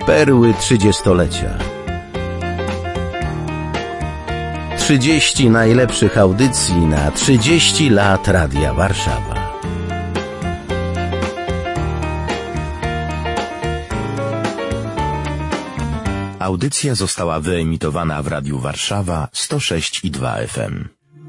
Perły 30-lecia. 30 najlepszych audycji na 30 lat Radia Warszawa. Audycja została wyemitowana w Radiu Warszawa 106,2 FM.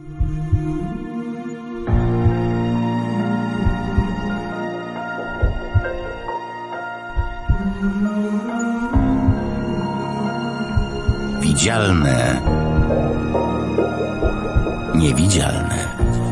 Widzialne, niewidzialne.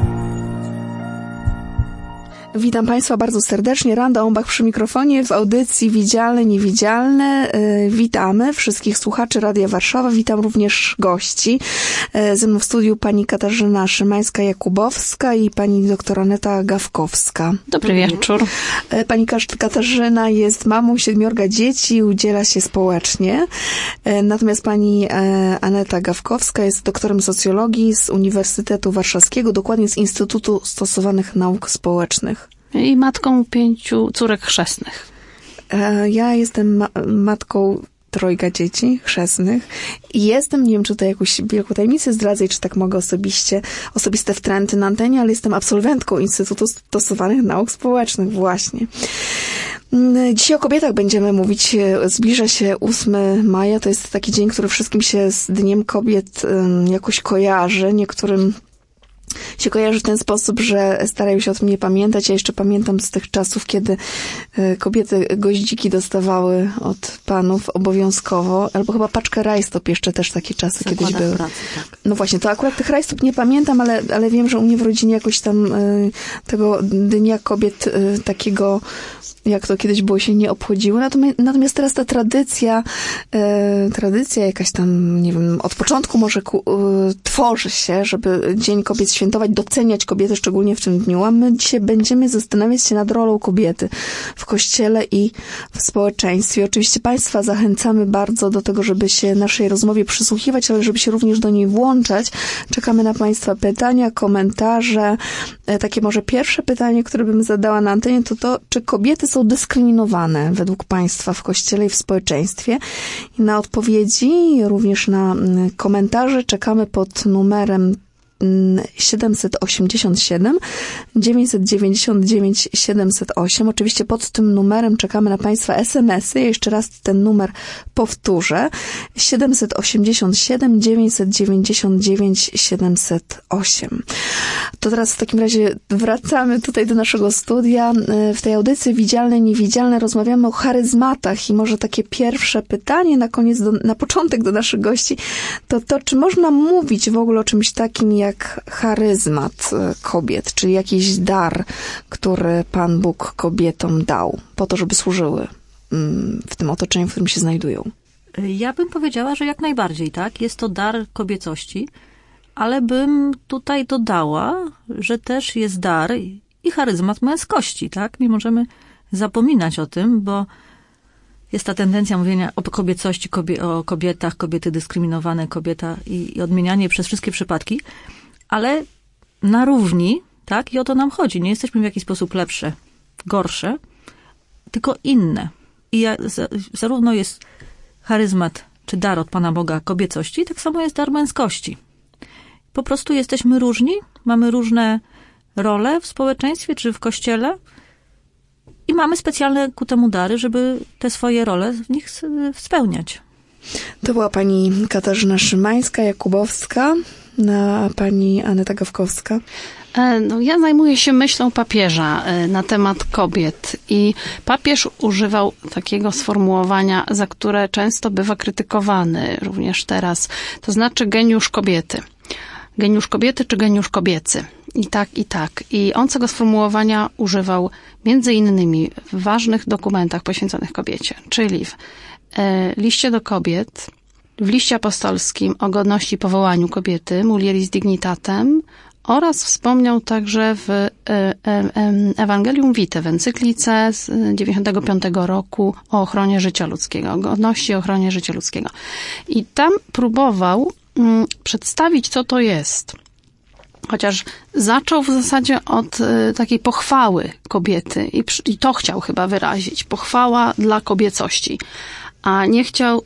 Witam Państwa bardzo serdecznie. Randa Ombach przy mikrofonie w audycji Widzialne, Niewidzialne. Witamy wszystkich słuchaczy Radia Warszawa. Witam również gości. Ze mną w studiu pani Katarzyna Szymańska-Jakubowska i pani doktor Aneta Gawkowska. Dobry wieczór. Pani Katarzyna jest mamą 7 dzieci, udziela się społecznie. Natomiast pani Aneta Gawkowska jest doktorem socjologii z Uniwersytetu Warszawskiego, dokładnie z Instytutu Stosowanych Nauk Społecznych. I matką 5 córek chrzestnych. Ja jestem matką 3 dzieci chrzestnych i jestem, nie wiem, czy to jakąś wielką tajemnicę zdradzę, czy tak mogę osobiste wtręty na antenie, ale jestem absolwentką Instytutu Stosowanych Nauk Społecznych właśnie. Dzisiaj o kobietach będziemy mówić. Zbliża się 8 maja. To jest taki dzień, który wszystkim się z Dniem Kobiet jakoś kojarzy. Niektórym się kojarzy w ten sposób, że starają się o tym nie pamiętać. Ja jeszcze pamiętam z tych czasów, kiedy kobiety goździki dostawały od panów obowiązkowo, albo chyba paczkę rajstop, jeszcze też takie czasy kiedyś były. Pracy, tak. No właśnie, to akurat tych rajstop nie pamiętam, ale wiem, że u mnie w rodzinie jakoś tam tego Dnia Kobiet takiego, jak to kiedyś było, się nie obchodziło. Natomiast teraz ta tradycja jakaś tam, nie wiem, od początku może tworzy się, żeby Dzień Kobiet świętować, doceniać kobiety, szczególnie w tym dniu. A my dzisiaj będziemy zastanawiać się nad rolą kobiety w Kościele i w społeczeństwie. Oczywiście Państwa zachęcamy bardzo do tego, żeby się naszej rozmowie przysłuchiwać, ale żeby się również do niej włączać. Czekamy na Państwa pytania, komentarze. Takie może pierwsze pytanie, które bym zadała na antenie, to czy kobiety są dyskryminowane według Państwa w Kościele i w społeczeństwie? I na odpowiedzi, również na komentarze czekamy pod numerem 787 999 708. Oczywiście pod tym numerem czekamy na Państwa SMS-y. Ja jeszcze raz ten numer powtórzę. 787 999 708. To teraz w takim razie wracamy tutaj do naszego studia. W tej audycji Widzialne, Niewidzialne rozmawiamy o charyzmatach i może takie pierwsze pytanie na koniec, na początek do naszych gości, to czy można mówić w ogóle o czymś takim jak charyzmat kobiet, czyli jakiś dar, który Pan Bóg kobietom dał po to, żeby służyły w tym otoczeniu, w którym się znajdują? Ja bym powiedziała, że jak najbardziej, tak? Jest to dar kobiecości, ale bym tutaj dodała, że też jest dar i charyzmat męskości, tak? Nie możemy zapominać o tym, bo jest ta tendencja mówienia o kobiecości, o kobietach, kobiety dyskryminowane, kobieta i odmienianie przez wszystkie przypadki, ale na równi, tak? I o to nam chodzi. Nie jesteśmy w jakiś sposób lepsze, gorsze, tylko inne. I zarówno jest charyzmat, czy dar od Pana Boga kobiecości, tak samo jest dar męskości. Po prostu jesteśmy różni, mamy różne role w społeczeństwie, czy w Kościele i mamy specjalne ku temu dary, żeby te swoje role w nich spełniać. To była pani Katarzyna Szymańska-Jakubowska, a pani Aneta Gawkowska. No, ja zajmuję się myślą papieża na temat kobiet i papież używał takiego sformułowania, za które często bywa krytykowany również teraz, to znaczy geniusz kobiety. Geniusz kobiety czy geniusz kobiecy. I tak, i tak. I on tego sformułowania używał między innymi w ważnych dokumentach poświęconych kobiecie, czyli w liście do kobiet, w liście apostolskim o godności i powołaniu kobiety, Mulieris Dignitatem, oraz wspomniał także w Ewangelium Vitae, w encyklice z 95 roku o ochronie życia ludzkiego, o godności i ochronie życia ludzkiego. I tam próbował przedstawić, co to jest. Chociaż zaczął w zasadzie od takiej pochwały kobiety i to chciał chyba wyrazić. Pochwała dla kobiecości. a nie chciał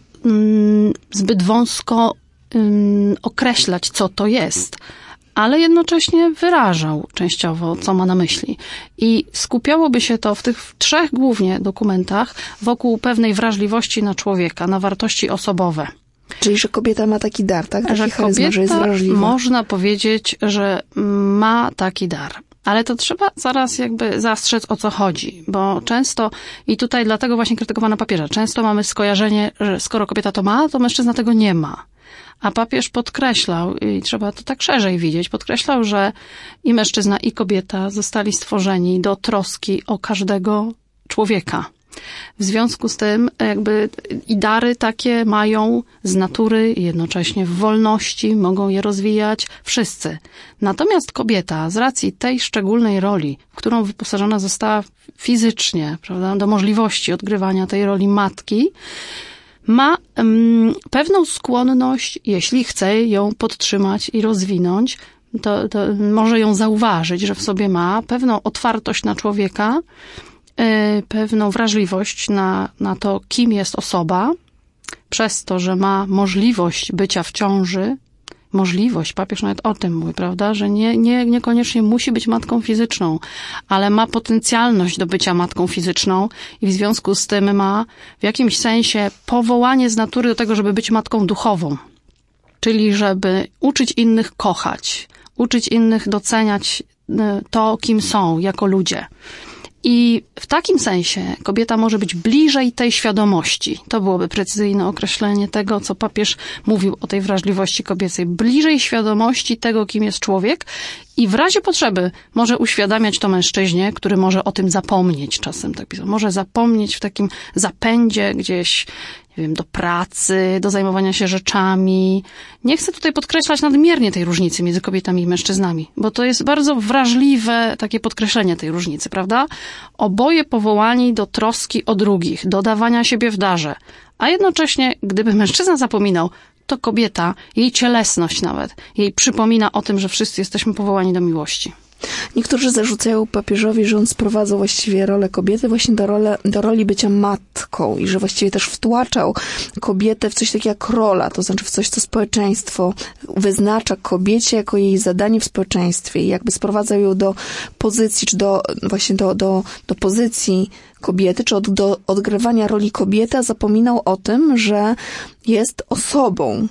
zbyt wąsko określać, co to jest, ale jednocześnie wyrażał częściowo, co ma na myśli. I skupiałoby się to w tych 3 głównie dokumentach wokół pewnej wrażliwości na człowieka, na wartości osobowe. Czyli, że kobieta ma taki dar, tak? Taki że charyzma, kobieta, że jest wrażliwa. można powiedzieć, że ma taki dar. Ale to trzeba zaraz jakby zastrzec, o co chodzi, bo często, i tutaj dlatego właśnie krytykowano papieża, często mamy skojarzenie, że skoro kobieta to ma, to mężczyzna tego nie ma. A papież podkreślał, i trzeba to tak szerzej widzieć, podkreślał, że i mężczyzna, i kobieta zostali stworzeni do troski o każdego człowieka. W związku z tym jakby i dary takie mają z natury i jednocześnie w wolności, mogą je rozwijać wszyscy. Natomiast kobieta z racji tej szczególnej roli, w którą wyposażona została fizycznie, prawda, do możliwości odgrywania tej roli matki, ma pewną skłonność, jeśli chce ją podtrzymać i rozwinąć, to może ją zauważyć, że w sobie ma pewną otwartość na człowieka, pewną wrażliwość na to, kim jest osoba, przez to, że ma możliwość bycia w ciąży, papież nawet o tym mówi, prawda, że niekoniecznie musi być matką fizyczną, ale ma potencjalność do bycia matką fizyczną i w związku z tym ma w jakimś sensie powołanie z natury do tego, żeby być matką duchową, czyli żeby uczyć innych kochać, uczyć innych doceniać to, kim są jako ludzie. I w takim sensie kobieta może być bliżej tej świadomości. To byłoby precyzyjne określenie tego, co papież mówił o tej wrażliwości kobiecej. Bliżej świadomości tego, kim jest człowiek i w razie potrzeby może uświadamiać to mężczyźnie, który może o tym zapomnieć czasem. Tak pisał. Może zapomnieć w takim zapędzie gdzieś, nie wiem, do pracy, do zajmowania się rzeczami. Nie chcę tutaj podkreślać nadmiernie tej różnicy między kobietami i mężczyznami, bo to jest bardzo wrażliwe takie podkreślenie tej różnicy, prawda? Oboje powołani do troski o drugich, do dawania siebie w darze. A jednocześnie, gdyby mężczyzna zapominał, to kobieta, jej cielesność nawet, jej przypomina o tym, że wszyscy jesteśmy powołani do miłości. Niektórzy zarzucają papieżowi, że on sprowadzał właściwie rolę kobiety właśnie do roli bycia matką i że właściwie też wtłaczał kobietę w coś takiego jak rola, to znaczy w coś, co społeczeństwo wyznacza kobiecie jako jej zadanie w społeczeństwie i jakby sprowadzał ją do pozycji, czy do pozycji kobiety, czy do odgrywania roli kobiety, a zapominał o tym, że jest osobą.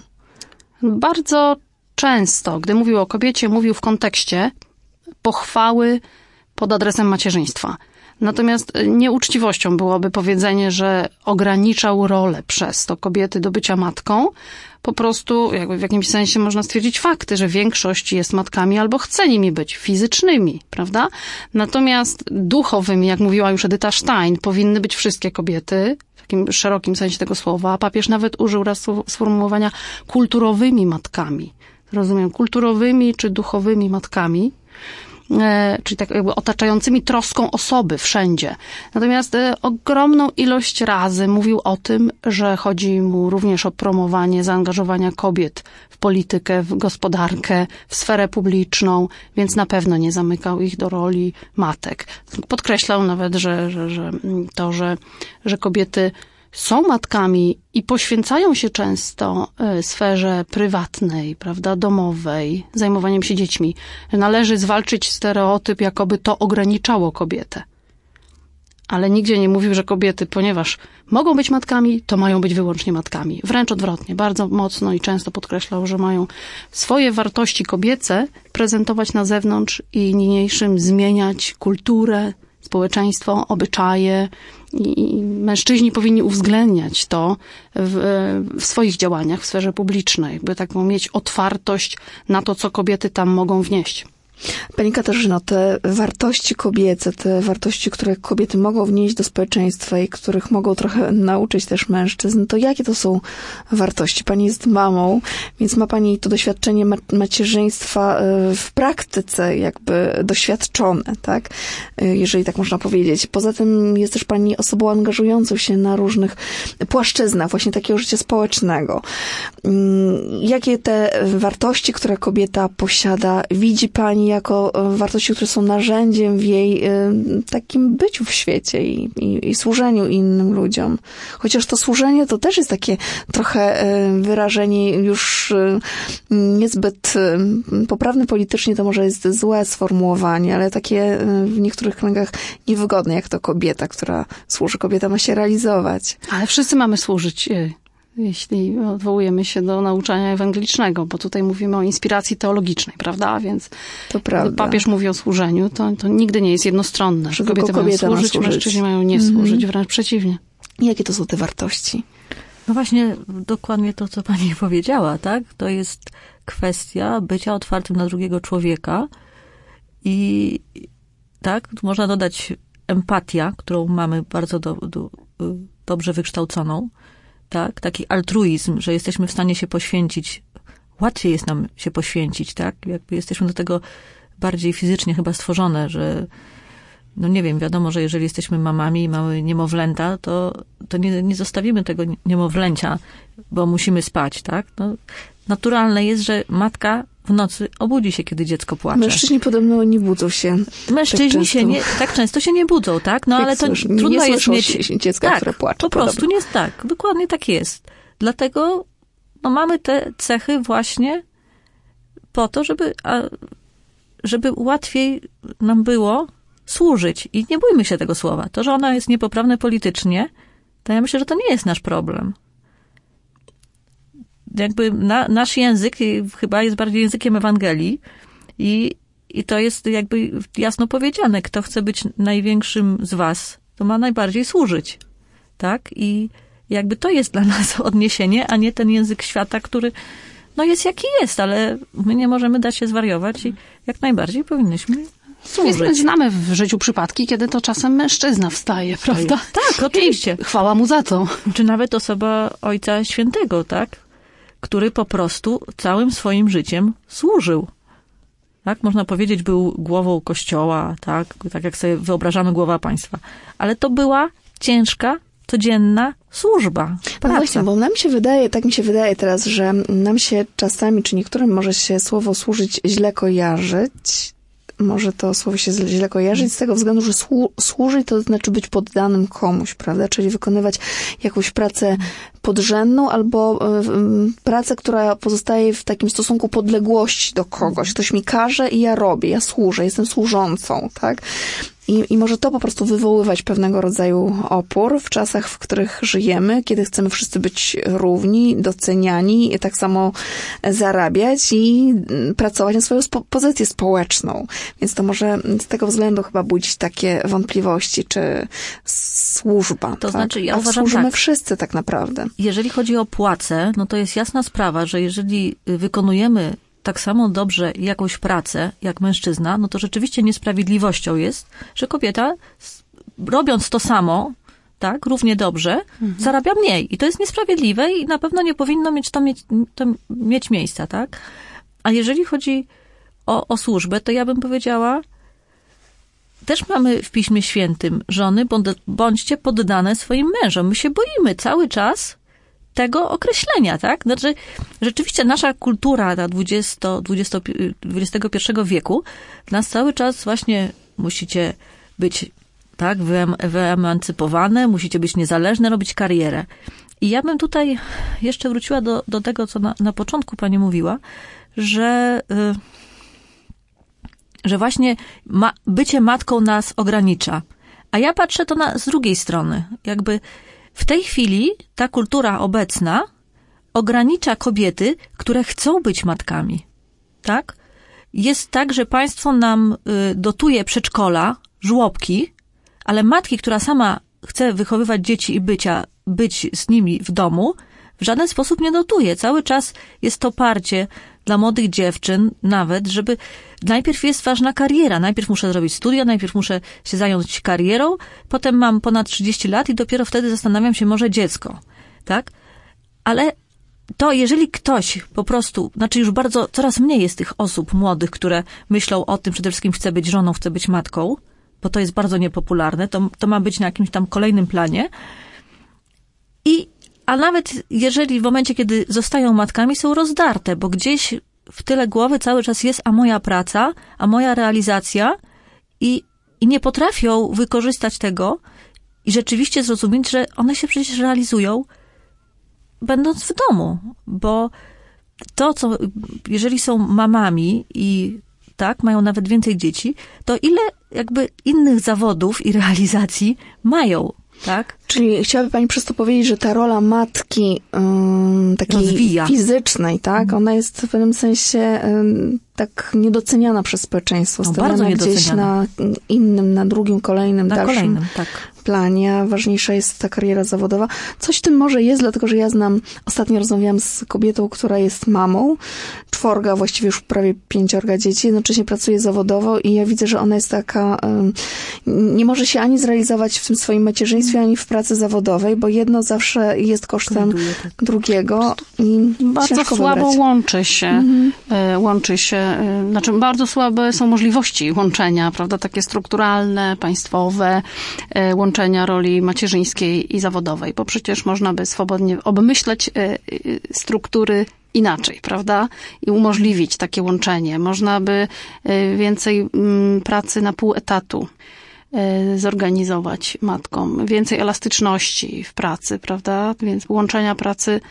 Bardzo często, gdy mówił o kobiecie, mówił w kontekście pochwały pod adresem macierzyństwa. Natomiast nieuczciwością byłoby powiedzenie, że ograniczał rolę przez to kobiety do bycia matką. Po prostu jakby w jakimś sensie można stwierdzić fakty, że większość jest matkami albo chce nimi być, fizycznymi, prawda? Natomiast duchowymi, jak mówiła już Edyta Stein, powinny być wszystkie kobiety, w takim szerokim sensie tego słowa. Papież nawet użył raz sformułowania kulturowymi matkami. Rozumiem, kulturowymi czy duchowymi matkami. Czyli tak jakby otaczającymi troską osoby wszędzie. Natomiast ogromną ilość razy mówił o tym, że chodzi mu również o promowanie zaangażowania kobiet w politykę, w gospodarkę, w sferę publiczną, więc na pewno nie zamykał ich do roli matek. Podkreślał nawet, że kobiety są matkami i poświęcają się często sferze prywatnej, prawda, domowej, zajmowaniem się dziećmi. Należy zwalczyć stereotyp, jakoby to ograniczało kobietę. Ale nigdzie nie mówił, że kobiety, ponieważ mogą być matkami, to mają być wyłącznie matkami. Wręcz odwrotnie. Bardzo mocno i często podkreślał, że mają swoje wartości kobiece prezentować na zewnątrz i niniejszym zmieniać kulturę, społeczeństwo, obyczaje i mężczyźni powinni uwzględniać to w swoich działaniach w sferze publicznej, by taką mieć otwartość na to, co kobiety tam mogą wnieść. Pani Katarzyno, te wartości kobiece, te wartości, które kobiety mogą wnieść do społeczeństwa i których mogą trochę nauczyć też mężczyzn, to jakie to są wartości? Pani jest mamą, więc ma pani to doświadczenie macierzyństwa w praktyce jakby doświadczone, tak? Jeżeli tak można powiedzieć. Poza tym jest też pani osobą angażującą się na różnych płaszczyznach właśnie takiego życia społecznego. Jakie te wartości, które kobieta posiada, widzi pani jako wartości, które są narzędziem w jej takim byciu w świecie i służeniu innym ludziom. Chociaż to służenie to też jest takie trochę wyrażenie już niezbyt poprawne politycznie, to może jest złe sformułowanie, ale takie w niektórych kręgach niewygodne, jak to kobieta, która służy. Kobieta ma się realizować. Ale wszyscy mamy służyć, jeśli odwołujemy się do nauczania ewangelicznego, bo tutaj mówimy o inspiracji teologicznej, prawda? Więc to prawda. Gdy papież mówi o służeniu, to nigdy nie jest jednostronne, że kobiety mają służyć, mężczyźni mają nie służyć, wręcz przeciwnie. Jakie to są te wartości? No właśnie, dokładnie to, co pani powiedziała, tak? To jest kwestia bycia otwartym na drugiego człowieka i tak, można dodać empatia, którą mamy bardzo dobrze wykształconą, tak? Taki altruizm, że jesteśmy w stanie się poświęcić, łatwiej jest nam się poświęcić, tak? Jakby jesteśmy do tego bardziej fizycznie chyba stworzone, że no nie wiem, wiadomo, że jeżeli jesteśmy mamami i mamy niemowlęta, to nie zostawimy tego niemowlęcia, bo musimy spać, tak? No, naturalne jest, że matka w nocy obudzi się, kiedy dziecko płacze. Mężczyźni podobno nie budzą się. Mężczyźni tak często się nie budzą, tak? No ale to trudno jest mieć dziecka, które płacze. Po prostu nie jest tak. Dokładnie tak jest. Dlatego no, mamy te cechy właśnie po to, żeby łatwiej nam było służyć. I nie bójmy się tego słowa. To, że ono jest niepoprawne politycznie, to ja myślę, że to nie jest nasz problem. Jakby nasz język chyba jest bardziej językiem Ewangelii i to jest jakby jasno powiedziane. Kto chce być największym z was, to ma najbardziej służyć. Tak? I jakby to jest dla nas odniesienie, a nie ten język świata, który no jest jaki jest, ale my nie możemy dać się zwariować i jak najbardziej powinnyśmy służyć. Znamy w życiu przypadki, kiedy to czasem mężczyzna wstaje, prawda? Tak, oczywiście. I chwała mu za to. Czy nawet osoba Ojca Świętego, tak? Który po prostu całym swoim życiem służył. Tak? Można powiedzieć, był głową Kościoła, tak jak sobie wyobrażamy głowa państwa. Ale to była ciężka, codzienna służba. No właśnie, bo tak mi się wydaje teraz, że nam się czasami, czy niektórym może się słowo służyć źle kojarzyć. Może to słowo się źle kojarzyć z tego względu, że służyć to znaczy być poddanym komuś, prawda? Czyli wykonywać jakąś pracę podrzędną albo pracę, która pozostaje w takim stosunku podległości do kogoś. Ktoś mi każe i ja robię, ja służę, jestem służącą, tak? I może to po prostu wywoływać pewnego rodzaju opór w czasach, w których żyjemy, kiedy chcemy wszyscy być równi, doceniani, tak samo zarabiać i pracować na swoją pozycję społeczną. Więc to może z tego względu chyba budzić takie wątpliwości, czy służba. To znaczy, ja uważam, służymy wszyscy tak naprawdę. Jeżeli chodzi o płacę, no to jest jasna sprawa, że jeżeli wykonujemy tak samo dobrze jakąś pracę jak mężczyzna, no to rzeczywiście niesprawiedliwością jest, że kobieta robiąc to samo, tak, równie dobrze, zarabia mniej. I to jest niesprawiedliwe i na pewno nie powinno mieć miejsca, tak? A jeżeli chodzi o służbę, to ja bym powiedziała, też mamy w Piśmie Świętym, żony, bądźcie poddane swoim mężom. My się boimy cały czas tego określenia, tak? Znaczy, rzeczywiście nasza kultura na XXI wieku nas cały czas właśnie musicie być, tak, wyemancypowane, musicie być niezależne, robić karierę. I ja bym tutaj jeszcze wróciła do tego, co na początku pani mówiła, że właśnie bycie matką nas ogranicza. A ja patrzę to z drugiej strony. Jakby w tej chwili ta kultura obecna ogranicza kobiety, które chcą być matkami. Tak? Jest tak, że państwo nam dotuje przedszkola, żłobki, ale matki, która sama chce wychowywać dzieci i być z nimi w domu, w żaden sposób nie dotuje. Cały czas jest to parcie dla młodych dziewczyn nawet, żeby najpierw jest ważna kariera. Najpierw muszę zrobić studia, najpierw muszę się zająć karierą, potem mam ponad 30 lat i dopiero wtedy zastanawiam się, może dziecko. Tak? Ale to jeżeli ktoś po prostu, znaczy już coraz mniej jest tych osób młodych, które myślą o tym, przede wszystkim chcę być żoną, chcę być matką, bo to jest bardzo niepopularne, to ma być na jakimś tam kolejnym planie. A nawet jeżeli w momencie, kiedy zostają matkami, są rozdarte, bo gdzieś w tyle głowy cały czas jest, a moja praca, a moja realizacja i nie potrafią wykorzystać tego i rzeczywiście zrozumieć, że one się przecież realizują będąc w domu, bo to, co, jeżeli są mamami i tak, mają nawet więcej dzieci, to ile jakby innych zawodów i realizacji mają, tak? Czyli chciałaby pani przez to powiedzieć, że ta rola matki takiej rozwija. Fizycznej, tak? Ona jest w pewnym sensie tak niedoceniana przez społeczeństwo. No, stawiana bardzo gdzieś niedoceniana. na innym, na drugim, kolejnym, Na dalszym kolejnym, tak. planie, a ważniejsza jest ta kariera zawodowa. Coś w tym może jest, dlatego że ja ostatnio rozmawiałam z kobietą, która jest mamą, 4, właściwie już prawie 5 dzieci, jednocześnie pracuje zawodowo i ja widzę, że ona jest taka, nie może się ani zrealizować w tym swoim macierzyństwie, ani w pracy zawodowej, bo jedno zawsze jest kosztem drugiego i bardzo słabo łączy się, znaczy bardzo słabe są możliwości łączenia, prawda, takie strukturalne, państwowe, łączenia roli macierzyńskiej i zawodowej, bo przecież można by swobodnie obmyśleć struktury inaczej, prawda? I umożliwić takie łączenie. Można by więcej pracy na pół etatu zorganizować matkom, więcej elastyczności w pracy, prawda? Więc łączenia pracy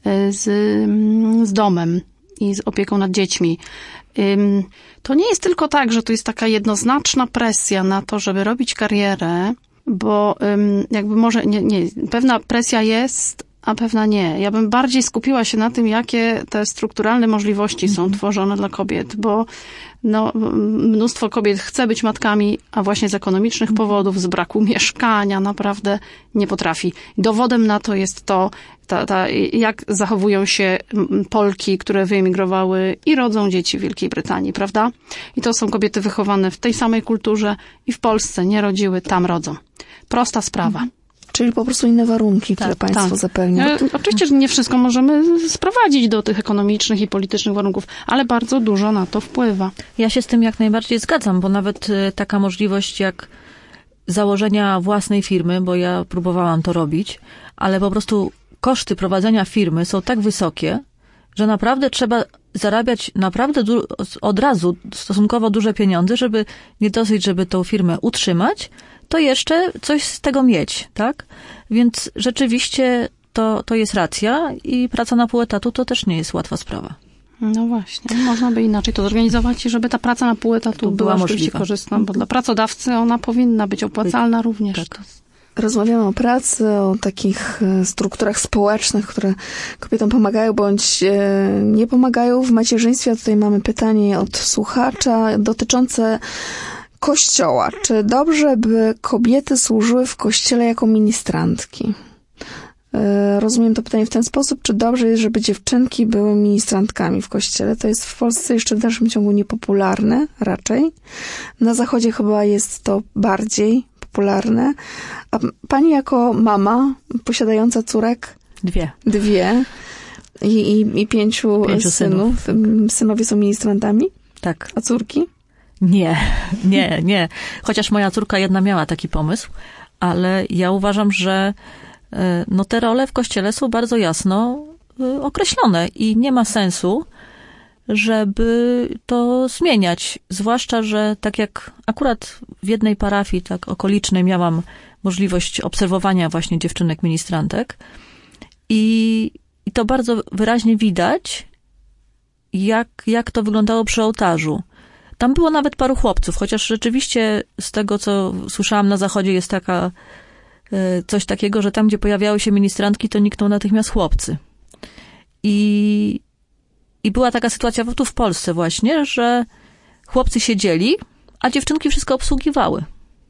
z domem i z opieką nad dziećmi. To nie jest tylko tak, że to jest taka jednoznaczna presja na to, żeby robić karierę, bo jakby może nie, pewna presja jest, a pewna nie. Ja bym bardziej skupiła się na tym, jakie te strukturalne możliwości są tworzone dla kobiet, bo mnóstwo kobiet chce być matkami, a właśnie z ekonomicznych powodów, z braku mieszkania naprawdę nie potrafi. Dowodem na to jest to, jak zachowują się Polki, które wyemigrowały i rodzą dzieci w Wielkiej Brytanii, prawda? I to są kobiety wychowane w tej samej kulturze i w Polsce nie rodziły, tam rodzą. Prosta sprawa. Czyli po prostu inne warunki, które państwo zapewnia. Oczywiście, że nie wszystko możemy sprowadzić do tych ekonomicznych i politycznych warunków, ale bardzo dużo na to wpływa. Ja się z tym jak najbardziej zgadzam, bo nawet taka możliwość jak założenia własnej firmy, bo ja próbowałam to robić, ale po prostu koszty prowadzenia firmy są tak wysokie, że naprawdę trzeba zarabiać naprawdę od razu stosunkowo duże pieniądze, żeby nie dosyć, żeby tą firmę utrzymać, to jeszcze coś z tego mieć, tak? Więc rzeczywiście to jest racja i praca na pół etatu to też nie jest łatwa sprawa. No właśnie, można by inaczej to zorganizować i żeby ta praca na pół etatu była rzeczywiście korzystna, bo dla pracodawcy ona powinna być opłacalna również. Tak. Rozmawiamy o pracy, o takich strukturach społecznych, które kobietom pomagają bądź nie pomagają w macierzyństwie. A tutaj mamy pytanie od słuchacza dotyczące Kościoła. Czy dobrze, by kobiety służyły w Kościele jako ministrantki? Rozumiem to pytanie w ten sposób, czy dobrze jest, żeby dziewczynki były ministrantkami w Kościele? To jest w Polsce jeszcze w dalszym ciągu niepopularne, raczej. Na Zachodzie chyba jest to bardziej popularne. A pani jako mama posiadająca córek? 2. I 5 synów. Synowie są ministrantami? Tak. A córki? Nie. Chociaż moja córka jedna miała taki pomysł, ale ja uważam, że te role w Kościele są bardzo jasno określone i nie ma sensu, żeby to zmieniać. Zwłaszcza, że tak jak akurat w jednej parafii tak okolicznej miałam możliwość obserwowania właśnie dziewczynek ministrantek i to bardzo wyraźnie widać, jak to wyglądało przy ołtarzu. Tam było nawet paru chłopców, chociaż rzeczywiście z tego, co słyszałam na Zachodzie, jest coś takiego, że tam, gdzie pojawiały się ministrantki, to nikną natychmiast chłopcy. I była taka sytuacja tu w Polsce właśnie, że chłopcy siedzieli, a dziewczynki wszystko obsługiwały.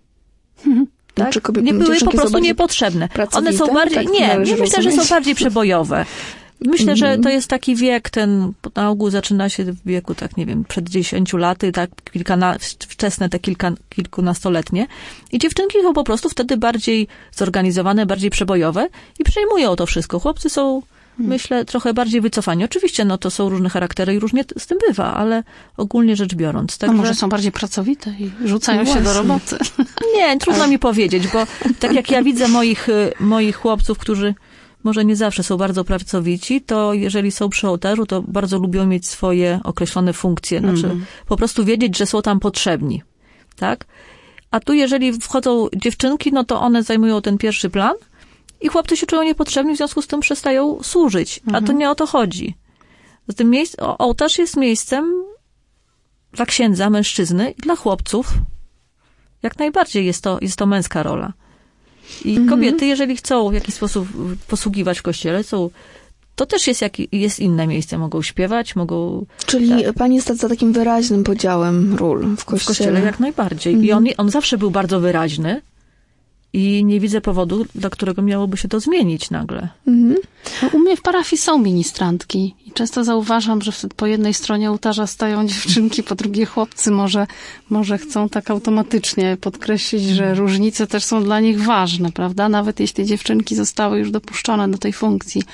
Tak? Nie były po prostu niepotrzebne. One są bardziej, myślę, że są bardziej przebojowe. Myślę, że to jest taki wiek, na ogół zaczyna się w wieku, tak nie wiem, przed 10 laty, tak wczesne te kilkunastoletnie. I dziewczynki są po prostu wtedy bardziej zorganizowane, bardziej przebojowe i przejmują to wszystko. Chłopcy są, myślę, trochę bardziej wycofani. Oczywiście, to są różne charaktery i różnie z tym bywa, ale ogólnie rzecz biorąc. Tak, może są bardziej pracowite i rzucają się do roboty. Nie, trudno mi powiedzieć, bo tak jak ja widzę moich chłopców, którzy może nie zawsze są bardzo pracowici, to jeżeli są przy ołtarzu, to bardzo lubią mieć swoje określone funkcje. Znaczy po prostu wiedzieć, że są tam potrzebni. Tak? A tu jeżeli wchodzą dziewczynki, no to one zajmują ten pierwszy plan i chłopcy się czują niepotrzebni, w związku z tym przestają służyć. A to nie o to chodzi. Zatem ołtarz jest miejscem dla księdza, mężczyzny i dla chłopców. Jak najbardziej jest to męska rola. I kobiety, jeżeli chcą w jakiś sposób posługiwać w kościele, to też jest inne miejsce. Mogą śpiewać, mogą... Czyli pani jest za takim wyraźnym podziałem ról w kościele. W kościele jak najbardziej. I on zawsze był bardzo wyraźny i nie widzę powodu, dla którego miałoby się to zmienić nagle. No, u mnie w parafii są ministrantki i często zauważam, że po jednej stronie ołtarza stają dziewczynki, po drugiej chłopcy. Może chcą tak automatycznie podkreślić, że różnice też są dla nich ważne, prawda? Nawet jeśli dziewczynki zostały już dopuszczone do tej funkcji.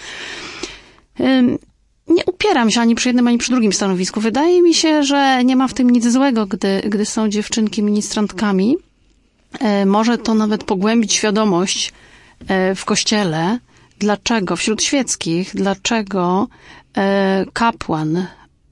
Nie upieram się ani przy jednym, ani przy drugim stanowisku. Wydaje mi się, że nie ma w tym nic złego, gdy są dziewczynki ministrantkami. Może to nawet pogłębić świadomość w kościele, dlaczego wśród świeckich, dlaczego kapłan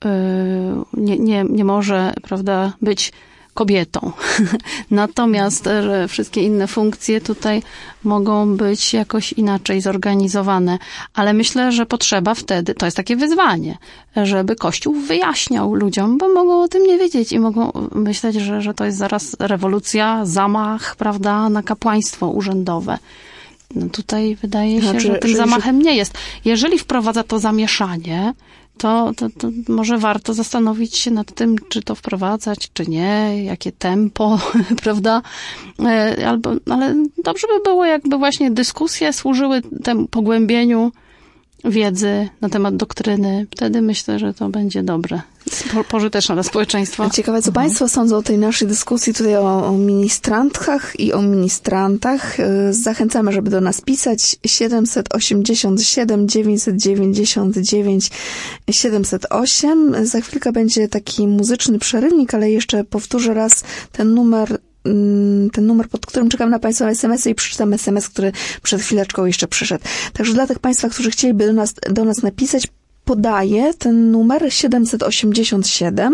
nie może, prawda, być kobietą. Natomiast że wszystkie inne funkcje tutaj mogą być jakoś inaczej zorganizowane. Ale myślę, że potrzeba wtedy, to jest takie wyzwanie, żeby Kościół wyjaśniał ludziom, bo mogą o tym nie wiedzieć i mogą myśleć, że to jest zaraz rewolucja, zamach, prawda, na kapłaństwo urzędowe. No tutaj wydaje się, że tym zamachem nie jest. Jeżeli wprowadza to zamieszanie, to może warto zastanowić się nad tym, czy to wprowadzać, czy nie, jakie tempo, prawda? Ale dobrze by było, jakby właśnie dyskusje służyły temu pogłębieniu wiedzy na temat doktryny. Wtedy myślę, że to będzie dobre, pożyteczne dla społeczeństwa. Ciekawe, co Państwo sądzą o tej naszej dyskusji tutaj o ministrantkach i o ministrantach. Zachęcamy, żeby do nas pisać 787 999 708. Za chwilkę będzie taki muzyczny przerywnik, ale jeszcze powtórzę raz ten numer, pod którym czekam na Państwa SMS-y i przeczytam SMS, który przed chwileczką jeszcze przyszedł. Także dla tych Państwa, którzy chcieliby do nas napisać, podaję ten numer 787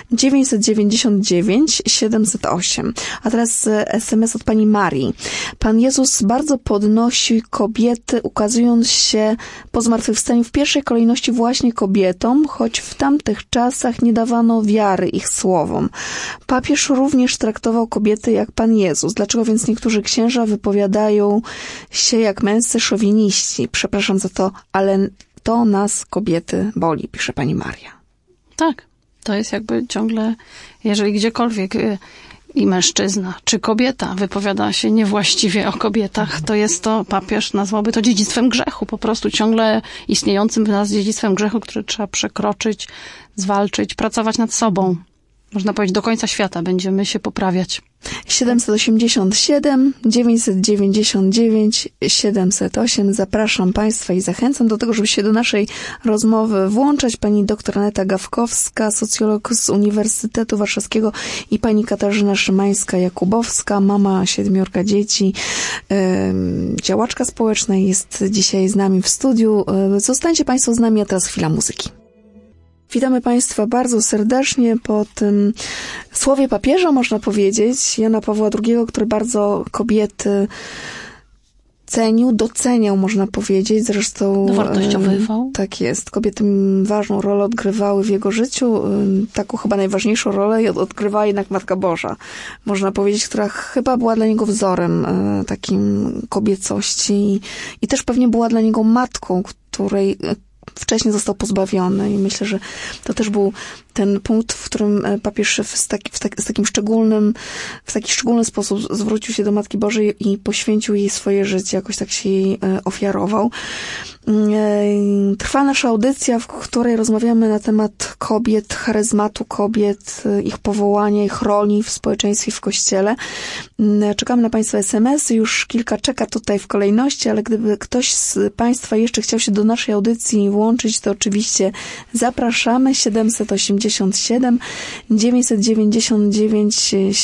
999 708. A teraz SMS od pani Marii. Pan Jezus bardzo podnosi kobiety, ukazując się po zmartwychwstaniu w pierwszej kolejności właśnie kobietom, choć w tamtych czasach nie dawano wiary ich słowom. Papież również traktował kobiety jak Pan Jezus. Dlaczego więc niektórzy księża wypowiadają się jak męscy szowiniści? Przepraszam za to, ale to nas, kobiety, boli, pisze pani Maria. Tak, to jest jakby ciągle, jeżeli gdziekolwiek i mężczyzna, czy kobieta wypowiada się niewłaściwie o kobietach, to jest to, papież nazwałby to dziedzictwem grzechu, po prostu ciągle istniejącym w nas dziedzictwem grzechu, które trzeba przekroczyć, zwalczyć, pracować nad sobą. Można powiedzieć, do końca świata będziemy się poprawiać. 787 999 708. Zapraszam Państwa i zachęcam do tego, żeby się do naszej rozmowy włączać. Pani doktor Aneta Gawkowska, socjolog z Uniwersytetu Warszawskiego i pani Katarzyna Szymańska-Jakubowska, mama 7 dzieci, działaczka społeczna, jest dzisiaj z nami w studiu. Zostańcie Państwo z nami, a teraz chwila muzyki. Witamy Państwa bardzo serdecznie po tym słowie papieża, można powiedzieć, Jana Pawła II, który bardzo kobiety doceniał, można powiedzieć. Zresztą dowartościowywał. Tak jest. Kobiety ważną rolę odgrywały w jego życiu. Taką chyba najważniejszą rolę odgrywała jednak Matka Boża, można powiedzieć, która chyba była dla niego wzorem takim kobiecości i też pewnie była dla niego matką, której wcześniej został pozbawiony i myślę, że to też był ten punkt, w którym papież w taki szczególny sposób zwrócił się do Matki Bożej i poświęcił jej swoje życie, jakoś tak się jej ofiarował. Trwa nasza audycja, w której rozmawiamy na temat kobiet, charyzmatu kobiet, ich powołania, ich roli w społeczeństwie, w Kościele. Czekamy na Państwa SMS-y, już kilka czeka tutaj w kolejności, ale gdyby ktoś z Państwa jeszcze chciał się do naszej audycji włączyć, to oczywiście zapraszamy. 787 999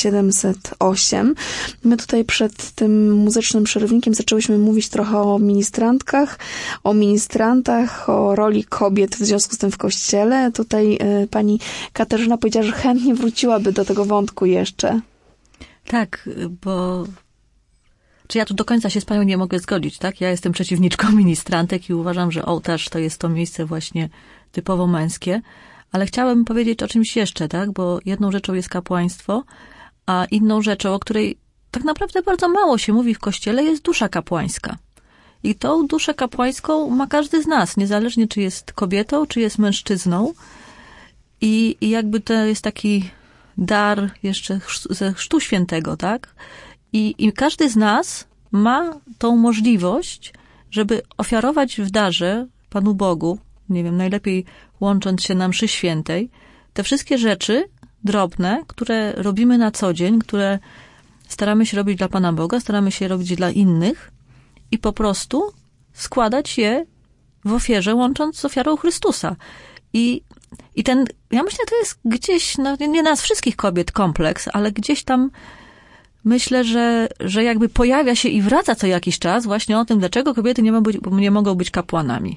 708. My tutaj przed tym muzycznym przerywnikiem zaczęłyśmy mówić trochę o ministrantkach, o ministrantach, o roli kobiet w związku z tym w Kościele. Tutaj pani Katarzyna powiedziała, że chętnie wróciłaby do tego wątku jeszcze. Tak, bo czy ja tu do końca się z panią nie mogę zgodzić, tak? Ja jestem przeciwniczką ministrantek i uważam, że ołtarz to jest to miejsce właśnie typowo męskie, ale chciałem powiedzieć o czymś jeszcze, tak? Bo jedną rzeczą jest kapłaństwo, a inną rzeczą, o której tak naprawdę bardzo mało się mówi w Kościele, jest dusza kapłańska. I tą duszę kapłańską ma każdy z nas, niezależnie czy jest kobietą, czy jest mężczyzną. I jakby to jest taki dar jeszcze ze Chrztu Świętego, tak? I każdy z nas ma tą możliwość, żeby ofiarować w darze Panu Bogu, nie wiem, najlepiej łącząc się na mszy świętej, te wszystkie rzeczy drobne, które robimy na co dzień, które staramy się robić dla Pana Boga, staramy się robić dla innych i po składać je w ofierze, łącząc z ofiarą Chrystusa. I ja myślę, to jest gdzieś, no nie nas wszystkich kobiet kompleks, ale gdzieś tam myślę, że jakby pojawia się i wraca co jakiś czas właśnie o tym, dlaczego kobiety nie mogą być kapłanami.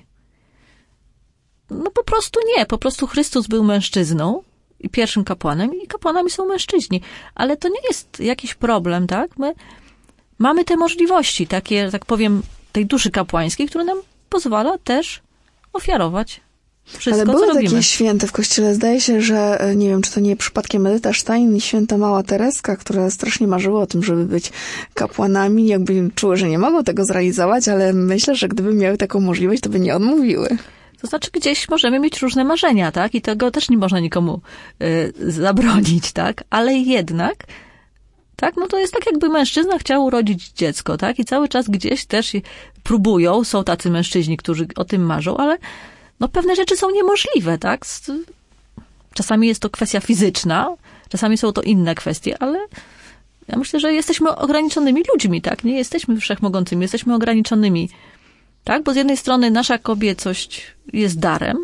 No po prostu Chrystus był mężczyzną i pierwszym kapłanem i kapłanami są mężczyźni. Ale to nie jest jakiś problem, tak? My mamy te możliwości, takie, że tak powiem, tej duszy kapłańskiej, która nam pozwala też ofiarować wszystko, ale były co robimy. Takie święte w Kościele. Zdaje się, że nie wiem, czy to nie przypadkiem Edyta Stein i święta Mała Tereska, która strasznie marzyła o tym, żeby być kapłanami. Jakby czuły, że nie mogą tego zrealizować, ale myślę, że gdyby miały taką możliwość, to by nie odmówiły. To znaczy gdzieś możemy mieć różne marzenia, tak? I tego też nie można nikomu zabronić, tak? Ale jednak, tak? No to jest tak, jakby mężczyzna chciał urodzić dziecko, tak? I cały czas gdzieś też próbują, są tacy mężczyźni, którzy o tym marzą, ale no pewne rzeczy są niemożliwe, tak? Czasami jest to kwestia fizyczna, czasami są to inne kwestie, ale ja myślę, że jesteśmy ograniczonymi ludźmi, tak? Nie jesteśmy wszechmogącymi, jesteśmy ograniczonymi, tak? Bo z jednej strony nasza kobiecość jest darem,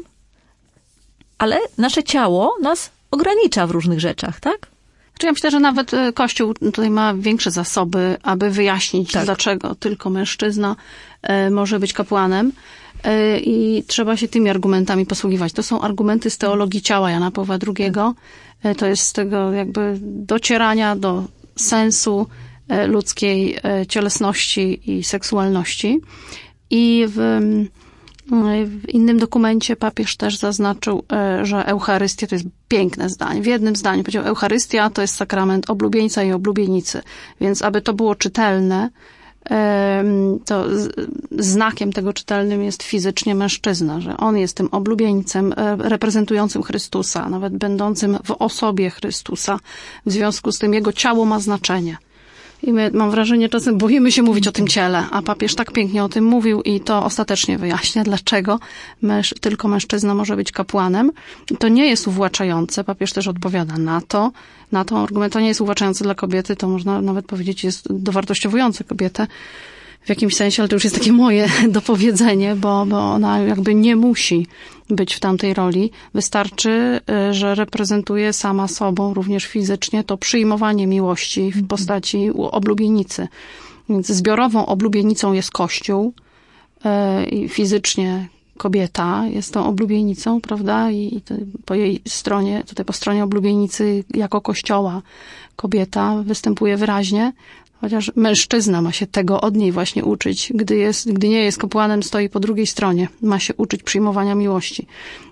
ale nasze ciało nas ogranicza w różnych rzeczach, tak? Ja myślę, że nawet Kościół tutaj ma większe zasoby, aby wyjaśnić, dlaczego tylko mężczyzna może być kapłanem. I trzeba się tymi argumentami posługiwać. To są argumenty z teologii ciała Jana Pawła II. To jest z tego jakby docierania do sensu ludzkiej cielesności i seksualności. I w innym dokumencie papież też zaznaczył, że Eucharystia to jest piękne zdanie. W jednym zdaniu powiedział, Eucharystia to jest sakrament oblubieńca i oblubienicy. Więc aby to było czytelne, to znakiem tego czytelnym jest fizycznie mężczyzna, że on jest tym oblubieńcem reprezentującym Chrystusa, nawet będącym w osobie Chrystusa. W związku z tym jego ciało ma znaczenie. I my, mam wrażenie, czasem boimy się mówić o tym ciele, a papież tak pięknie o tym mówił i to ostatecznie wyjaśnia, dlaczego tylko mężczyzna może być kapłanem. I to nie jest uwłaczające. Papież też odpowiada na to argument. To nie jest uwłaczające dla kobiety, to można nawet powiedzieć jest dowartościowujące kobietę w jakimś sensie, ale to już jest takie moje dopowiedzenie, bo ona jakby nie musi być w tamtej roli. Wystarczy, że reprezentuje sama sobą, również fizycznie, to przyjmowanie miłości w postaci oblubienicy. Więc zbiorową oblubienicą jest Kościół i fizycznie kobieta jest tą oblubienicą, prawda? I po jej stronie, tutaj po stronie oblubienicy jako Kościoła kobieta występuje wyraźnie. Chociaż mężczyzna ma się tego od niej właśnie uczyć. Gdy nie jest kapłanem, stoi po drugiej stronie. Ma się uczyć przyjmowania miłości.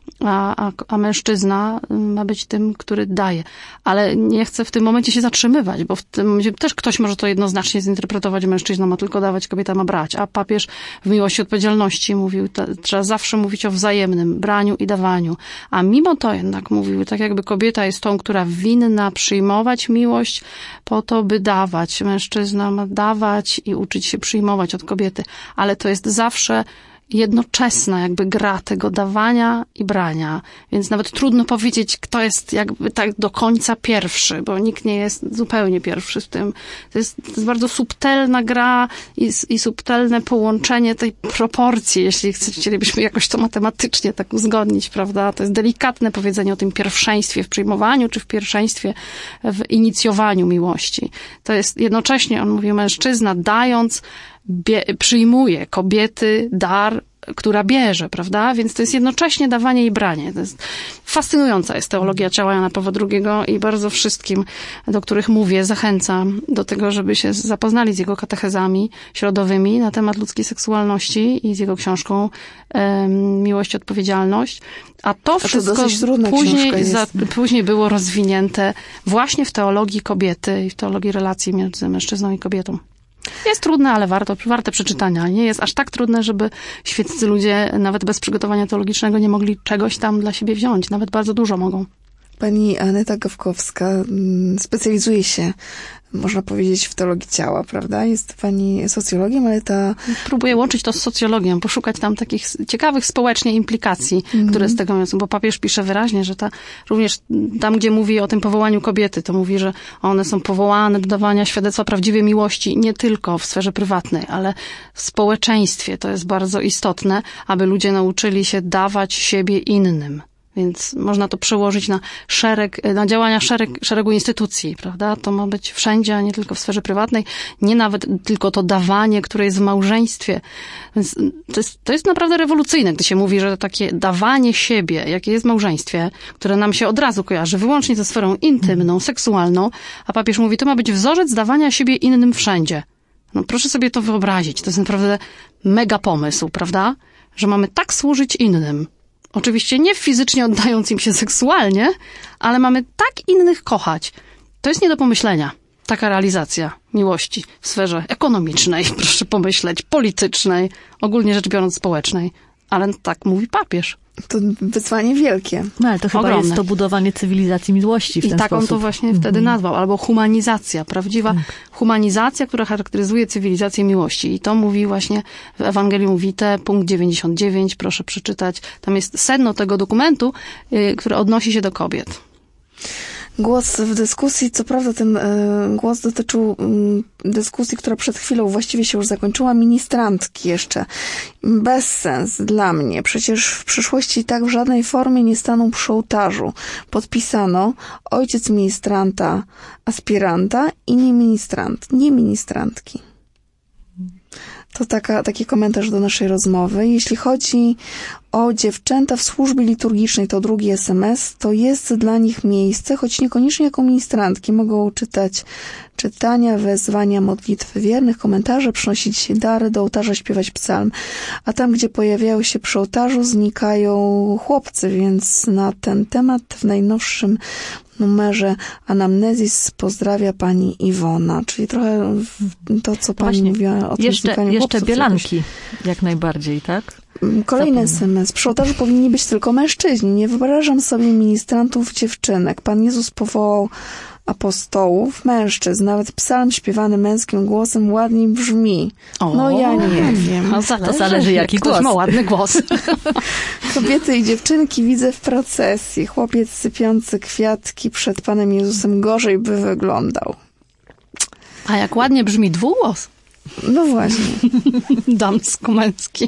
A mężczyzna ma być tym, który daje. Ale nie chcę w tym momencie się zatrzymywać, bo w tym momencie też ktoś może to jednoznacznie zinterpretować. Mężczyzna ma tylko dawać, kobieta ma brać. A papież w miłości odpowiedzialności mówił, trzeba zawsze mówić o wzajemnym braniu i dawaniu. A mimo to jednak mówił, tak jakby kobieta jest tą, która winna przyjmować miłość po to, by dawać. Mężczyzna ma dawać i uczyć się przyjmować od kobiety. Ale to jest zawsze jednoczesna jakby gra tego dawania i brania, więc nawet trudno powiedzieć, kto jest jakby tak do końca pierwszy, bo nikt nie jest zupełnie pierwszy w tym. To jest bardzo subtelna gra i subtelne połączenie tej proporcji, jeśli chcielibyśmy jakoś to matematycznie tak uzgodnić, prawda? To jest delikatne powiedzenie o tym pierwszeństwie w przyjmowaniu, czy w pierwszeństwie w inicjowaniu miłości. To jest jednocześnie, on mówi, mężczyzna dając, przyjmuje kobiety dar, która bierze, prawda? Więc to jest jednocześnie dawanie i branie. To jest fascynująca jest teologia ciała Jana Pawła II i bardzo wszystkim, do których mówię, zachęcam do tego, żeby się zapoznali z jego katechezami środowymi na temat ludzkiej seksualności i z jego książką Miłość i odpowiedzialność. A to wszystko później było rozwinięte właśnie w teologii kobiety i w teologii relacji między mężczyzną i kobietą. Jest trudne, ale warte przeczytania. Nie jest aż tak trudne, żeby świeccy ludzie nawet bez przygotowania teologicznego nie mogli czegoś tam dla siebie wziąć. Nawet bardzo dużo mogą. Pani Aneta Gawkowska specjalizuje się, można powiedzieć, w teologii ciała, prawda? Jest pani socjologiem, ale Próbuję łączyć to z socjologią, poszukać tam takich ciekawych społecznie implikacji, które z tego są, bo papież pisze wyraźnie, że również tam, gdzie mówi o tym powołaniu kobiety, to mówi, że one są powołane do dawania świadectwa prawdziwej miłości nie tylko w sferze prywatnej, ale w społeczeństwie. To jest bardzo istotne, aby ludzie nauczyli się dawać siebie innym. Więc można to przełożyć na działania szeregu instytucji, prawda? To ma być wszędzie, a nie tylko w sferze prywatnej. Nie nawet tylko to dawanie, które jest w małżeństwie. Więc to jest naprawdę rewolucyjne, gdy się mówi, że takie dawanie siebie, jakie jest w małżeństwie, które nam się od razu kojarzy wyłącznie ze sferą intymną, seksualną, a papież mówi, to ma być wzorzec dawania siebie innym wszędzie. No proszę sobie to wyobrazić. To jest naprawdę mega pomysł, prawda? Że mamy tak służyć innym. Oczywiście nie fizycznie oddając im się seksualnie, ale mamy tak innych kochać. To jest nie do pomyślenia. Taka realizacja miłości w sferze ekonomicznej, proszę pomyśleć, politycznej, ogólnie rzecz biorąc społecznej. Ale tak mówi papież. To wyzwanie wielkie. No ale to chyba ogromne. Jest to budowanie cywilizacji miłości w ten sposób. I tak on to właśnie wtedy nazwał. Albo humanizacja, prawdziwa humanizacja, która charakteryzuje cywilizację miłości. I to mówi właśnie w Ewangelium Vitae, punkt 99, proszę przeczytać. Tam jest sedno tego dokumentu, który odnosi się do kobiet. Głos w dyskusji, co prawda ten głos dotyczył dyskusji, która przed chwilą właściwie się już zakończyła, ministrantki jeszcze. Bezsens dla mnie. Przecież w przyszłości tak w żadnej formie nie staną przy ołtarzu. Podpisano ojciec ministranta, aspiranta i nie ministrantki. To taki komentarz do naszej rozmowy. Jeśli chodzi o dziewczęta w służbie liturgicznej, to drugi SMS, to jest dla nich miejsce, choć niekoniecznie jako ministrantki. Mogą czytać czytania, wezwania, modlitwy wiernych, komentarze, przynosić dary do ołtarza, śpiewać psalm. A tam, gdzie pojawiają się przy ołtarzu, znikają chłopcy, więc na ten temat w najnowszym numerze Anamnezis pozdrawia pani Iwona. Czyli trochę to, co pani mówiła o tym znikaniu chłopców. Jeszcze bielanki, jak najbardziej, tak? Kolejny SMS. Przy ołtarzu powinni być tylko mężczyźni. Nie wyobrażam sobie ministrantów dziewczynek. Pan Jezus powołał apostołów, mężczyzn. Nawet psalm śpiewany męskim głosem ładniej brzmi. No ja nie wiem. To zależy jaki głos. Ktoś ma ładny głos. Kobiety i dziewczynki widzę w procesji. Chłopiec sypiący kwiatki przed Panem Jezusem gorzej by wyglądał. A jak ładnie brzmi dwugłos. No właśnie. Damsko-męski.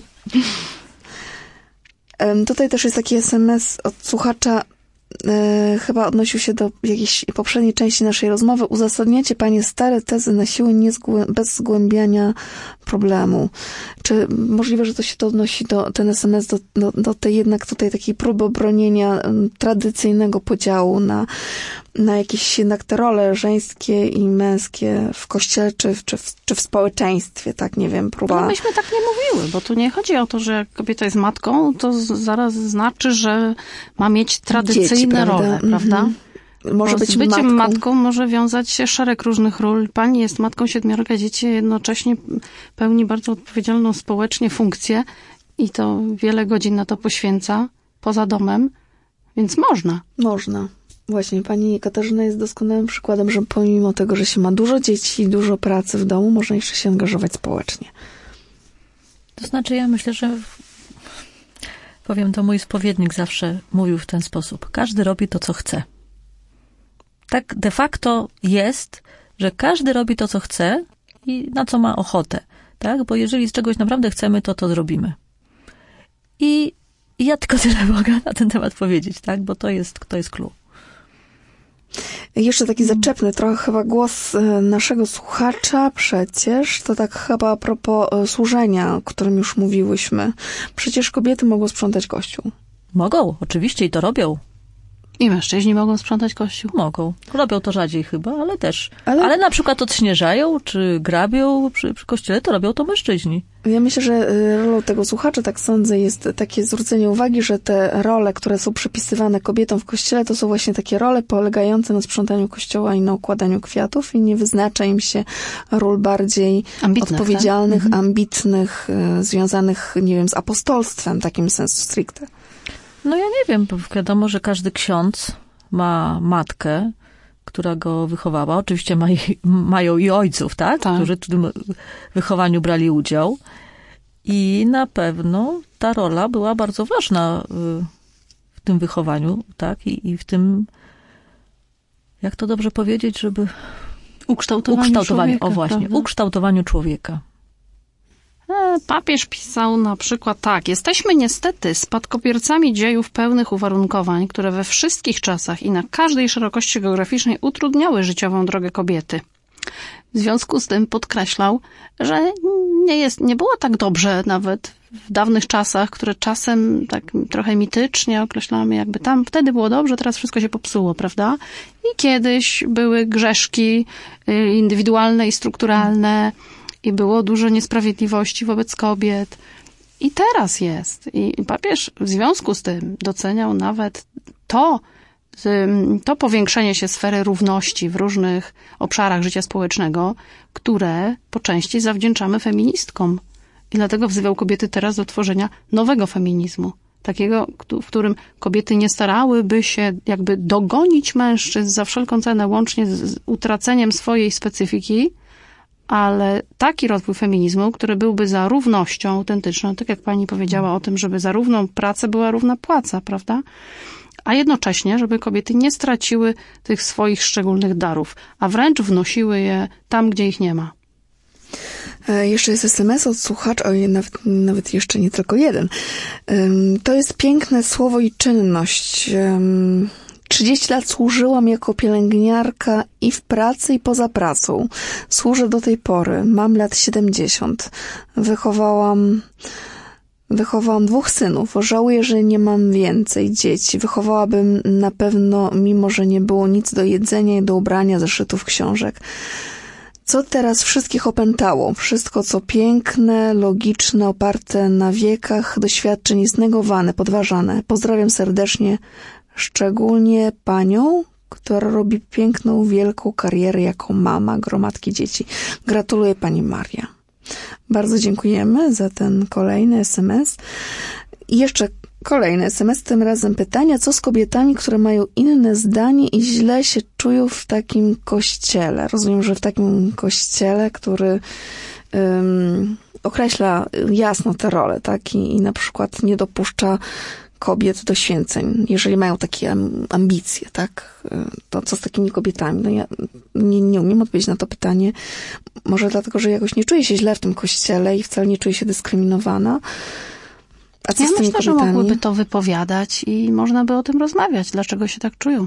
Tutaj też jest taki SMS od słuchacza, chyba odnosił się do jakiejś poprzedniej części naszej rozmowy. Uzasadniacie panie stare tezy na siłę bez zgłębiania problemu. Czy możliwe, że to się to odnosi ten SMS do tej jednak tutaj takiej próby obronienia tradycyjnego podziału na jakieś jednak te role żeńskie i męskie w kościele czy w społeczeństwie, tak, nie wiem, próba. No myśmy tak nie mówiły, bo tu nie chodzi o to, że jak kobieta jest matką, to zaraz znaczy, że ma mieć tradycyjne role, prawda? Może być z byciem matką może wiązać się szereg różnych ról. Pani jest matką 7 dzieci, jednocześnie pełni bardzo odpowiedzialną społecznie funkcję i to wiele godzin na to poświęca poza domem, więc można. Można. Właśnie, pani Katarzyna jest doskonałym przykładem, że pomimo tego, że się ma dużo dzieci i dużo pracy w domu, można jeszcze się angażować społecznie. To znaczy, ja myślę, że Powiem, to mój spowiednik zawsze mówił w ten sposób. Każdy robi to, co chce. Tak de facto jest, że każdy robi to, co chce i na co ma ochotę. Tak? Bo jeżeli z czegoś naprawdę chcemy, to zrobimy. I ja tylko tyle mogę na ten temat powiedzieć, tak? Bo to jest clue. Jeszcze taki zaczepny trochę chyba głos naszego słuchacza przecież, to tak chyba a propos służenia, o którym już mówiłyśmy. Przecież kobiety mogą sprzątać kościół. Mogą, oczywiście i to robią. I mężczyźni mogą sprzątać kościół? Mogą. Robią to rzadziej chyba, ale też. Ale na przykład odśnieżają, czy grabią przy kościele, to robią to mężczyźni. Ja myślę, że rolą tego słuchacza, tak sądzę, jest takie zwrócenie uwagi, że te role, które są przypisywane kobietom w kościele, to są właśnie takie role polegające na sprzątaniu kościoła i na układaniu kwiatów i nie wyznacza im się ról bardziej odpowiedzialnych, tak? Ambitnych, związanych, nie wiem, z apostolstwem, takim sensu stricte. No ja nie wiem, bo wiadomo, że każdy ksiądz ma matkę, która go wychowała. Oczywiście mają i ojców, tak? Którzy w tym wychowaniu brali udział. I na pewno ta rola była bardzo ważna w tym wychowaniu, tak? I w tym, jak to dobrze powiedzieć, żeby... Ukształtowaniu człowieka, o właśnie, prawda? Ukształtowaniu człowieka. Papież pisał na przykład tak: jesteśmy niestety spadkobiercami dziejów pełnych uwarunkowań, które we wszystkich czasach i na każdej szerokości geograficznej utrudniały życiową drogę kobiety. W związku z tym podkreślał, że nie było tak dobrze nawet w dawnych czasach, które czasem tak trochę mitycznie określamy, jakby tam wtedy było dobrze, teraz wszystko się popsuło, prawda? I kiedyś były grzeszki indywidualne i strukturalne, i było dużo niesprawiedliwości wobec kobiet. I teraz jest. I papież w związku z tym doceniał nawet to powiększenie się sfery równości w różnych obszarach życia społecznego, które po części zawdzięczamy feministkom. I dlatego wzywał kobiety teraz do tworzenia nowego feminizmu. Takiego, w którym kobiety nie starałyby się jakby dogonić mężczyzn za wszelką cenę, łącznie z utraceniem swojej specyfiki, ale taki rozwój feminizmu, który byłby za równością autentyczną, tak jak pani powiedziała o tym, żeby za równą pracę była równa płaca, prawda? A jednocześnie, żeby kobiety nie straciły tych swoich szczególnych darów, a wręcz wnosiły je tam, gdzie ich nie ma. Jeszcze jest SMS od słuchacza, nawet jeszcze nie tylko jeden. To jest piękne słowo i czynność. 30 lat służyłam jako pielęgniarka i w pracy, i poza pracą. Służę do tej pory. Mam lat 70. Wychowałam 2 synów. Żałuję, że nie mam więcej dzieci. Wychowałabym na pewno, mimo że nie było nic do jedzenia i do ubrania, zeszytów, książek. Co teraz wszystkich opętało? Wszystko, co piękne, logiczne, oparte na wiekach doświadczeń, jest negowane, podważane. Pozdrawiam serdecznie, szczególnie panią, która robi piękną, wielką karierę jako mama gromadki dzieci. Gratuluję, pani Maria. Bardzo dziękujemy za ten kolejny SMS. I jeszcze kolejny SMS, tym razem pytania, co z kobietami, które mają inne zdanie i źle się czują w takim kościele? Rozumiem, że w takim kościele, który określa jasno te role, tak? I na przykład nie dopuszcza kobiet do święceń, jeżeli mają takie ambicje, tak? To co z takimi kobietami? No ja nie umiem odpowiedzieć na to pytanie. Może dlatego, że jakoś nie czuję się źle w tym kościele i wcale nie czuję się dyskryminowana. A co z tymi myślę, kobietami? że mogłyby to wypowiadać i można by o tym rozmawiać, dlaczego się tak czują.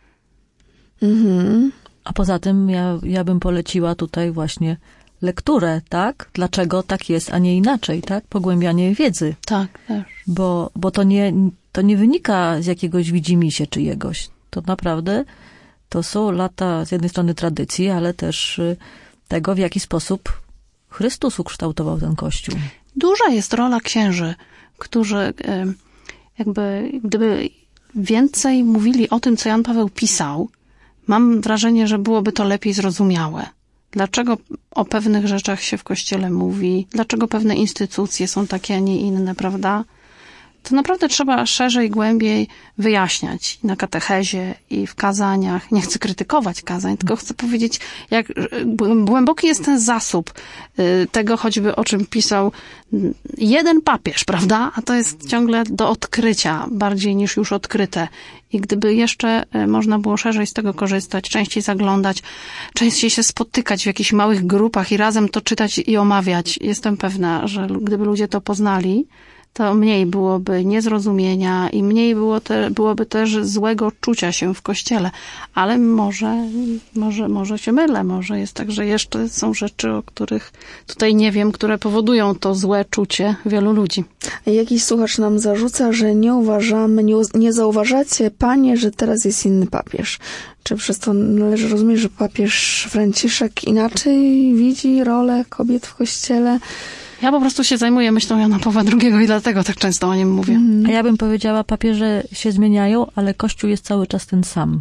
Mhm. A poza tym ja bym poleciła tutaj właśnie lekturę, tak? Dlaczego tak jest, a nie inaczej, tak? Pogłębianie wiedzy. Tak, też. Bo to nie wynika z jakiegoś widzimisię czyjegoś. To naprawdę to są lata z jednej strony tradycji, ale też tego, w jaki sposób Chrystus ukształtował ten Kościół. Duża jest rola księży, którzy jakby gdyby więcej mówili o tym, co Jan Paweł pisał, mam wrażenie, że byłoby to lepiej zrozumiałe. Dlaczego o pewnych rzeczach się w Kościele mówi, dlaczego pewne instytucje są takie, a nie inne, prawda? to naprawdę trzeba szerzej, głębiej wyjaśniać i na katechezie, i w kazaniach. Nie chcę krytykować kazań, tylko chcę powiedzieć, jak głęboki jest ten zasób tego choćby, o czym pisał jeden papież, prawda? A to jest ciągle do odkrycia, bardziej niż już odkryte. I gdyby jeszcze można było szerzej z tego korzystać, częściej zaglądać, częściej się spotykać w jakichś małych grupach i razem to czytać i omawiać, jestem pewna, że gdyby ludzie to poznali, to mniej byłoby niezrozumienia i mniej byłoby też złego czucia się w Kościele. Ale może się mylę, może jest tak, że jeszcze są rzeczy, o których tutaj nie wiem, które powodują to złe czucie wielu ludzi. Jakiś słuchacz nam zarzuca, że nie zauważacie, panie, że teraz jest inny papież. Czy przez to należy rozumieć, że papież Franciszek inaczej widzi rolę kobiet w Kościele? Ja po prostu się zajmuję myślą Jana Pawła II i dlatego tak często o nim mówię. A ja bym powiedziała, papieże się zmieniają, ale Kościół jest cały czas ten sam.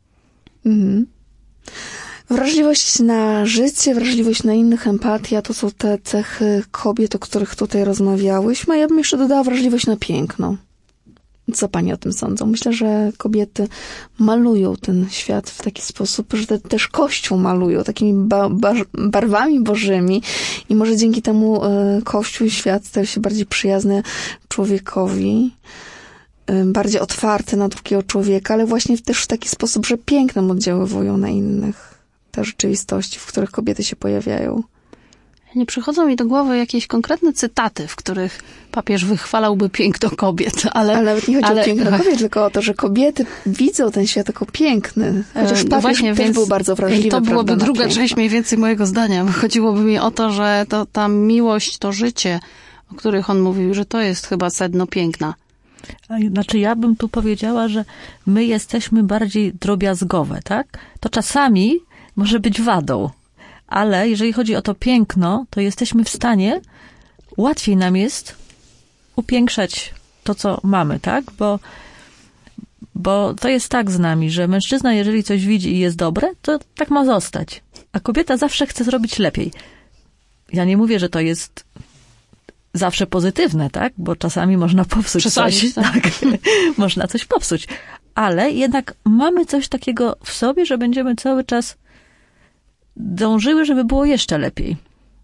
Wrażliwość na życie, wrażliwość na innych, empatia, to są te cechy kobiet, o których tutaj rozmawiałyśmy. A ja bym jeszcze dodała wrażliwość na piękno. Co pani o tym sądzą? Myślę, że kobiety malują ten świat w taki sposób, że też Kościół malują takimi barwami bożymi i może dzięki temu Kościół i świat stają się bardziej przyjazne człowiekowi, bardziej otwarte na drugiego człowieka, ale właśnie też w taki sposób, że pięknem oddziaływują na innych te rzeczywistości, w których kobiety się pojawiają. Nie przychodzą mi do głowy jakieś konkretne cytaty, w których papież wychwalałby piękno kobiet, ale nawet nie chodzi o piękno kobiet, tylko o to, że kobiety widzą ten świat jako piękny. Chociaż papież właśnie, też był bardzo wrażliwy. To byłoby druga część mniej więcej mojego zdania. Chodziłoby mi o to, że ta miłość, to życie, o których on mówił, że to jest chyba sedno piękna. Znaczy ja bym tu powiedziała, że my jesteśmy bardziej drobiazgowe, tak? To czasami może być wadą. Ale jeżeli chodzi o to piękno, to jesteśmy w stanie, łatwiej nam jest upiększać to, co mamy, tak? Bo to jest tak z nami, że mężczyzna, jeżeli coś widzi i jest dobre, to tak ma zostać. A kobieta zawsze chce zrobić lepiej. Ja nie mówię, że to jest zawsze pozytywne, tak? Bo czasami można popsuć coś. Tak. Można coś popsuć. Ale jednak mamy coś takiego w sobie, że będziemy cały czas dążyły, żeby było jeszcze lepiej.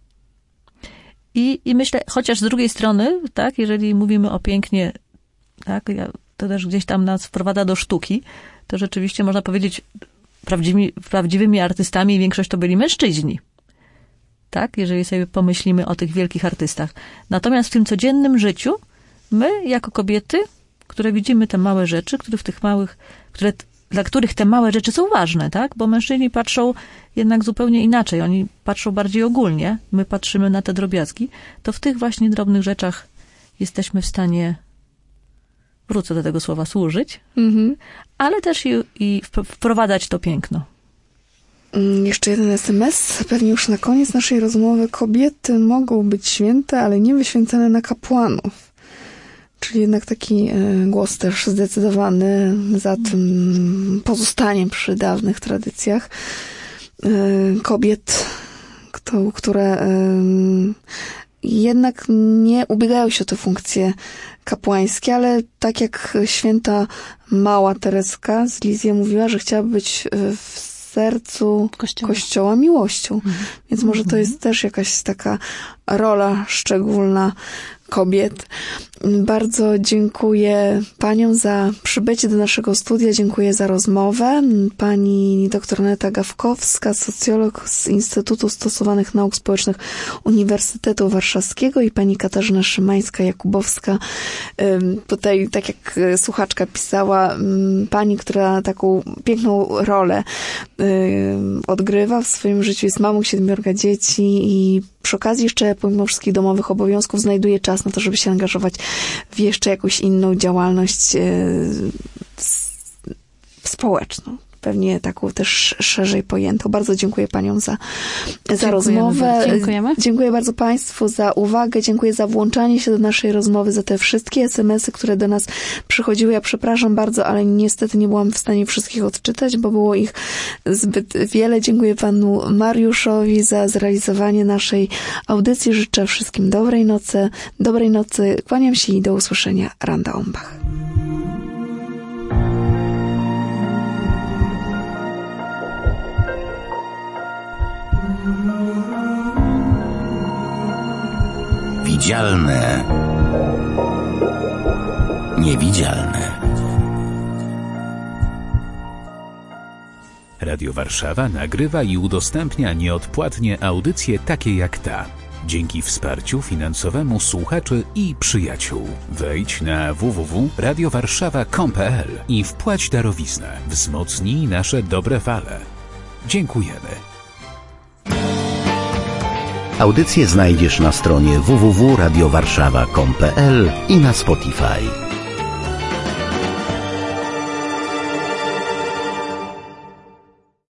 I myślę, chociaż z drugiej strony, tak, jeżeli mówimy o pięknie, tak, to też gdzieś tam nas wprowadza do sztuki, to rzeczywiście można powiedzieć, prawdziwymi artystami większość to byli mężczyźni. Tak, jeżeli sobie pomyślimy o tych wielkich artystach. Natomiast w tym codziennym życiu, my jako kobiety, które widzimy te małe rzeczy, dla których te małe rzeczy są ważne, tak? Bo mężczyźni patrzą jednak zupełnie inaczej. Oni patrzą bardziej ogólnie. My patrzymy na te drobiazgi. To w tych właśnie drobnych rzeczach jesteśmy w stanie, wrócę do tego słowa, służyć, ale też i wprowadzać to piękno. Jeszcze jeden SMS, pewnie już na koniec naszej rozmowy. Kobiety mogą być święte, ale nie wyświęcane na kapłanów. Czyli jednak taki głos też zdecydowany za tym pozostaniem przy dawnych tradycjach kobiet, które jednak nie ubiegają się o te funkcje kapłańskie, ale tak jak święta mała Tereska z Lizji mówiła, że chciałaby być w sercu Kościoła miłością. Więc może to jest też jakaś taka rola szczególna kobiet. Bardzo dziękuję paniom za przybycie do naszego studia. Dziękuję za rozmowę. Pani dr Aneta Gawkowska, socjolog z Instytutu Stosowanych Nauk Społecznych Uniwersytetu Warszawskiego i pani Katarzyna Szymańska-Jakubowska. Tutaj, tak jak słuchaczka pisała, pani, która taką piękną rolę odgrywa w swoim życiu, jest mamą 7 dzieci i przy okazji jeszcze pomimo wszystkich domowych obowiązków znajduje czas na to, żeby się angażować w jeszcze jakąś inną działalność społeczną. pewnie taką też szerzej pojętą. Bardzo dziękuję paniom za rozmowę. Dziękujemy. Dziękuję bardzo państwu za uwagę, dziękuję za włączanie się do naszej rozmowy, za te wszystkie SMS-y, które do nas przychodziły. Ja przepraszam bardzo, ale niestety nie byłam w stanie wszystkich odczytać, bo było ich zbyt wiele. Dziękuję panu Mariuszowi za zrealizowanie naszej audycji. Życzę wszystkim dobrej nocy. Kłaniam się i do usłyszenia. Randa Ombach. Widzialne, niewidzialne. Radio Warszawa nagrywa i udostępnia nieodpłatnie audycje takie jak ta. Dzięki wsparciu finansowemu słuchaczy i przyjaciół. Wejdź na www.radiowarszawa.com.pl i wpłać darowiznę. Wzmocnij nasze dobre fale. Dziękujemy. Audycje znajdziesz na stronie www.radiowarszawa.com.pl i na Spotify.